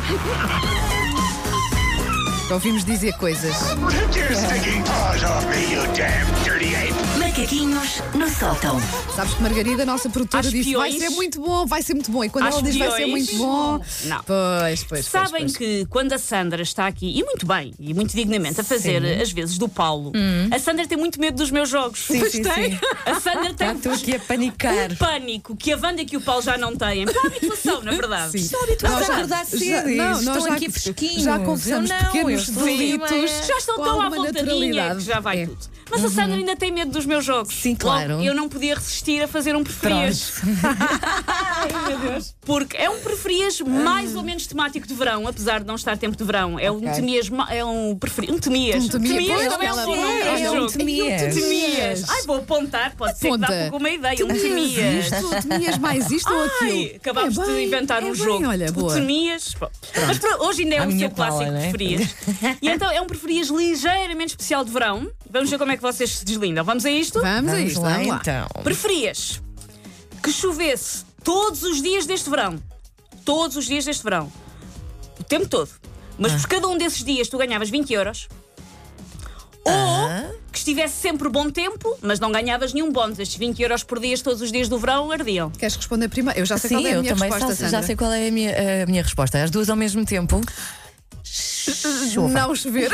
Ouvimos dizer coisas. Take your stinking paws off me, you damn dirty ape! Macaquinhos no sótão. Sabes que Margarida, a nossa produtora, Às disse vai peões. ser muito bom, vai ser muito bom. E quando Às ela diz vai ser peões. muito bom. Não. Pois. Sabem que quando a Sandra está aqui, e muito bem, e muito dignamente, a fazer as vezes do Paulo, a Sandra tem muito medo dos meus jogos. Sim, sim, sim. A Sandra tem Estou aqui a panicar. um pânico que a Wanda e que o Paulo já não têm. Pela habituação, na verdade. Sim. Estou habituada Nós a acordar cedo. nós Estou já- aqui fresquinho. já confessamos pequenos delitos. Já estão Com tão à alguma vontadinha naturalidade. que já vai É. tudo. Mas a Sandra ainda tem medo dos meus jogos. Sim, claro. Logo, eu não podia resistir a fazer um preferias. Ai, meu Deus. Porque é um preferias mais ou menos temático de verão, apesar de não estar tempo de verão. É um temias. É um preferias. Um temias. Um temias, Temias pois, também é um ela- bom nome para este é um jogo. temias. Temias. Ai, vou apontar. Pode ser que dá Aponta. pouco uma ideia. Um temias. Temias mais isto ou Ai, aquilo? acabámos É de bem, inventar é um bem, jogo. Olha, O boa. Temias. Bom, mas hoje ainda é A o minha seu clássico pala, né? preferias. E então é um preferias ligeiramente especial de verão. Vamos ver como é que vocês se deslindam. Vamos a isto? Vamos a Vamos isto, lá vamos lá. então. Preferias que chovesse todos os dias deste verão? Todos os dias deste verão. O tempo todo. Mas por cada um desses dias tu ganhavas 20 euros. Ou que estivesse sempre bom tempo, mas não ganhavas nenhum bónus. Estes 20 euros por dia, todos os dias do verão, ardiam. Queres responder primeiro? Eu já sei Sim, qual é a eu minha também resposta, já Sandra. sei qual é a minha resposta. As duas ao mesmo tempo. Não chover.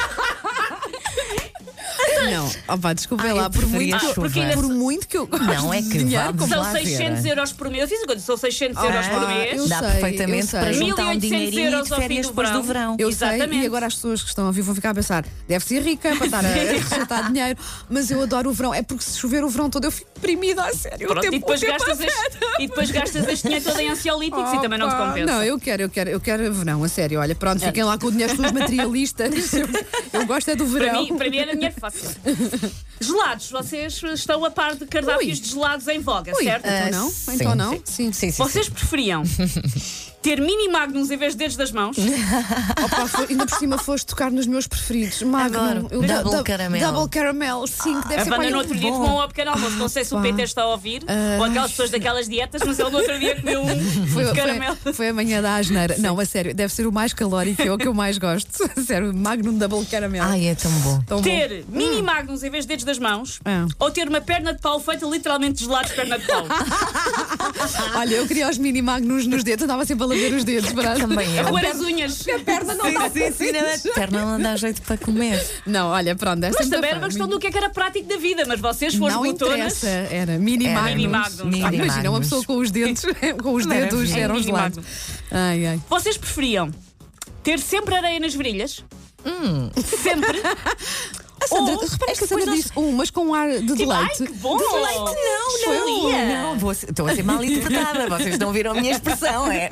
Não, opa, desculpem lá, por preferia muito, chuva. porque ainda- por muito que eu gosto Não, é de que dinheiro, vamos como- São lá ver. 600 euros por mês. Eu fiz a conta, são 600 euros por mês. eu Dá sei, perfeitamente eu sei. para juntar um 1.800 dinheirinho euros de ao fim férias do depois do verão. verão. Eu sei, Exatamente. e agora as pessoas que estão a ouvir vão ficar a pensar, deve ser rica para estar a rejeitar dinheiro, mas eu adoro o verão. É porque se chover o verão todo eu fico deprimida, a sério. Pronto, o tempo, e depois o tempo gastas e depois gastas este dinheiro todo em ansiolíticos e também não te Opa, compensa. Não, eu quero verão, a sério. Olha, pronto, fiquem lá com o dinheiro dos materialistas. Eu gosto é do verão. Para mim era dinheiro fácil. Gelados, vocês estão a par de cardápios Ui. de gelados em voga, Ui, certo? então não? sim. Então não? Sim, sim. Vocês preferiam ter mini magnums em vez de dedos das mãos? Opa, ainda por cima foste tocar nos meus preferidos. Magnum, Adoro. eu Double caramel. Double caramel, sim, que deve A ser Wanda para no outro dia tomou um ao pequeno almoço. Não sei se o Opa. Peter está a ouvir ou aquelas pessoas daquelas dietas, mas ele no outro dia comeu um Foi, de caramelo. foi a manhã da asneira. Não, a sério, deve ser o mais calórico, é o que eu mais gosto. A sério, Magnum Double Caramel. Ai, é tão bom. Tão bom. Ter mini magnums em vez de dedos das mãos ou ter uma perna de pau feita literalmente de gelados de perna de pau. Olha, eu queria os mini Magnums nos dedos, eu estava sempre a lamber os dedos. Para... Também A eu. roer as unhas. A perna não dá A perna não dá jeito para comer. Não, olha, pronto, esta Mas também era uma questão do que é que era prático da vida, mas vocês foram não botonas. interessa, era mini Era Magnums. mini Magnums. Mini Imagina, uma Magnums. pessoa com os dedos, com os dedos Maravilha. eram Mini gelados. Magnum. Ai, ai. Vocês preferiam ter sempre areia nas virilhas? Sempre? A Sandra, Ou- reparas que a é que Sandra depois disse mas com ar de Tipo, ai, deleite. que bom! De leite não. Não, estou a ser mal interpretada. Vocês não viram a minha expressão. É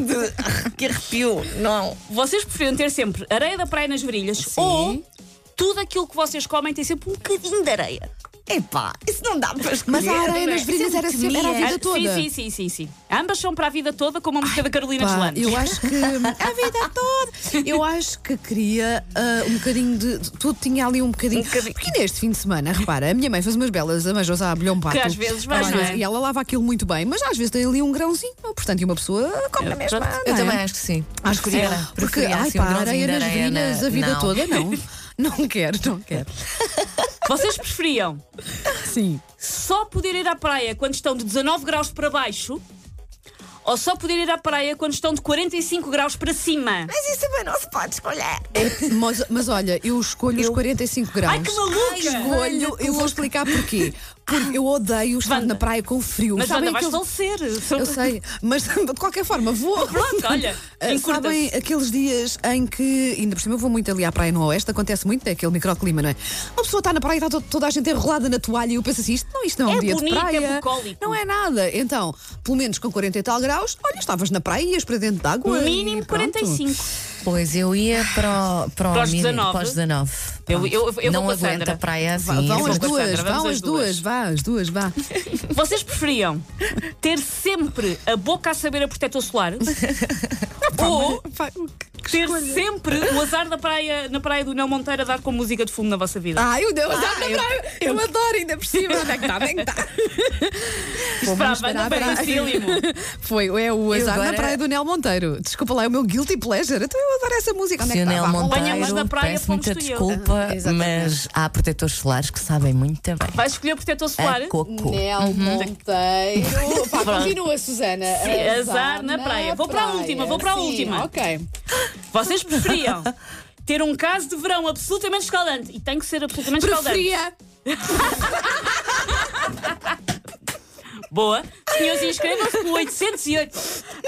que arrepio. Não. Vocês preferiam ter sempre areia da praia nas virilhas ou tudo aquilo que vocês comem tem sempre um bocadinho de areia? Epá, isso não dá para escolher. Mas a areia nas virilhas era sempre era a vida toda. Sim. Ambas são para a vida toda, como a música da Carolina Pá, Deslandes. eu acho que a vida toda. Eu acho que queria um bocadinho de. Tudo tinha ali um bocadinho. Porque neste fim de semana, repara, a minha mãe faz umas belas amanjos a abelhão pato. Que às vezes vai, Às não é? vezes- E ela lava aquilo muito bem, mas às vezes tem ali um grãozinho. Portanto, e uma pessoa come na mesma. pronto. não Eu é? também acho que sim. Acho que Preferia- sim. Porque, preferia ai assim, pá, grãozinho areia de nas areia virilhas na- a vida não. toda, não. Não quero. Vocês preferiam Sim. só poder ir à praia quando estão de 19 graus para baixo ou só poder ir à praia quando estão de 45 graus para cima? Mas isso também não se pode escolher. Mas olha, eu escolho os 45 graus. Ai, que maluca! Escolho, eu vou explicar porquê. Porque eu odeio estar Wanda. na praia com frio. Mas Sabem Wanda, vais aqueles- falecer. Eu sei, mas de qualquer forma vou. Pronto, olha, encurta-se. Sabem aqueles dias em que, ainda por cima eu vou muito ali à praia no Oeste, acontece muito, é aquele microclima, não é? Uma pessoa está na praia e está toda a gente enrolada na toalha e eu penso assim, isto não é um É dia bonito, de praia. é bucólico. Não é nada. Então, pelo menos com 40 e tal graus, olha, estavas na praia e ias para dentro de água. Mínimo e pronto. 45. Pois eu ia para Para os 19. Para os 19. Eu Não vou com a aguento Sandra. a praia assim. Vão vou as com a duas, Sandra, vamos vão as as duas, vá, as duas, vá. Vocês preferiam ter sempre a boca a saber a protetor solar ou ter sempre o azar da praia, na praia do Nel Monteiro a dar com música de fundo na vossa vida? Ai, o Deus, eu adoro ainda por cima. Onde é que está? Onde é que está? Isto para a banda belíssimo. Foi, é o azar agora- na praia do Nel Monteiro. Desculpa lá, é o meu guilty pleasure. Então eu adoro essa música. Onde é Se que o está? Nel Vá, acompanhamos Monteiro, na praia, peço fomos muita tu e eu. desculpa, Exatamente. mas há protetores solares que sabem muito bem. Vais escolher protetor solar? A coco. Nel Monteiro. Pá, continua, Susana. Azar na praia. Vou para a última, vou para a Sim, última. Ok. Vocês preferiam ter um caso de verão absolutamente escaldante? E tem que ser absolutamente escaldante. Preferia. Boa. Senhores, inscrevam-se no 808.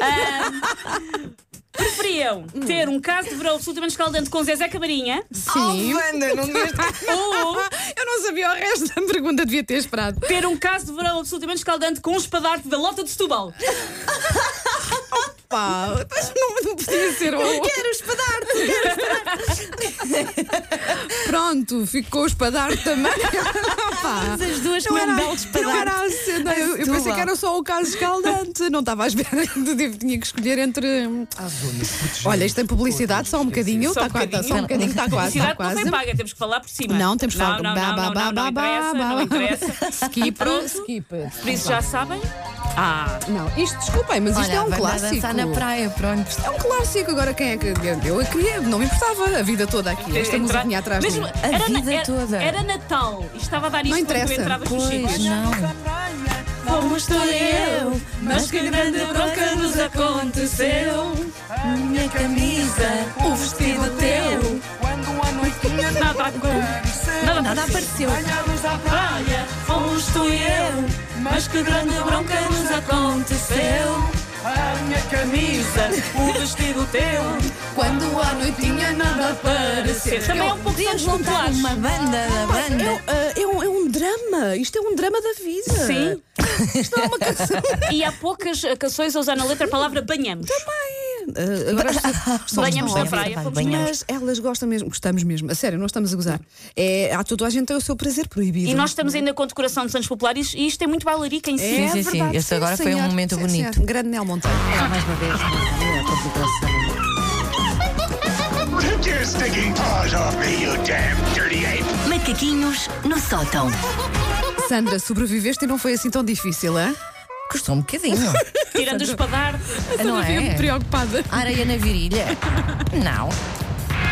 Preferiam ter um caso de verão absolutamente escaldante com Zezé Camarinha Sim. Wanda, não ou Eu não sabia o resto da pergunta, devia ter esperado. ter um caso de verão absolutamente escaldante com um espadarte da Lota de Setúbal? Pá, mas não podia ser o. quero espadar-te. Pronto, ficou o espadarte também. Pá. As duas com Não era, um belo não espadar. era a cena. Eu pensei Setúbal. que era só o caso escaldante. Não estava à espera. Tinha que escolher entre. Olha, isto tem publicidade, só um bocadinho. Só um Está bocadinho. só um bocadinho, está quase. Está Publicidade não quase. tem paga, temos que falar por cima. Não, temos que falar. Não, não interessa. Skip, Pronto. skip. Por isso já sabem. Não, isto, desculpem, mas isto Olha, é um vai clássico. dançar na praia, pronto. É um clássico. Agora quem é que. Eu queria, não me importava a vida toda aqui. Esta musiquinha atrás de Mesmo, mim. A vida toda. Era Natal e estava a dar isto Não quando tu interessa. entravas nos Pois sítios. não. Fomos tu e eu, mas que grande bronca nos aconteceu. Minha camisa, O vestido teu, nada apareceu. à praia. Fomos tu e eu, mas que grande bronca nos aconteceu. A minha camisa, o vestido teu, Quando à noitinha nada parecer. Também é um pouco Podíamos Santos montar Populares. uma banda da banda. É um drama. Isto é um drama da vida. Sim. Isto é uma canção. E há poucas canções a usar na letra a palavra banhamos. Agora as pessoas Banhamos estão na a praia, ouvir, fomos banhamos. Mas elas gostam mesmo, gostamos mesmo. A sério, não estamos a gozar. Há toda a gente tem o seu prazer proibido. E nós estamos ainda com decoração de Santos Populares e isto é muito bailarica em si. É Sim, sim, verdade, este sim, agora foi um senhor. momento Sim, bonito. senhor. Grande Nel Monteiro. Mais uma vez, Take your stinking paws off me, you damn dirty ape! Macaquinhos no sótão. Sandra, sobreviveste e não foi assim tão difícil, é? Custou um bocadinho. Tirando o espadar. Não Fiquei muito é? preocupada. Areia na virilha? Não.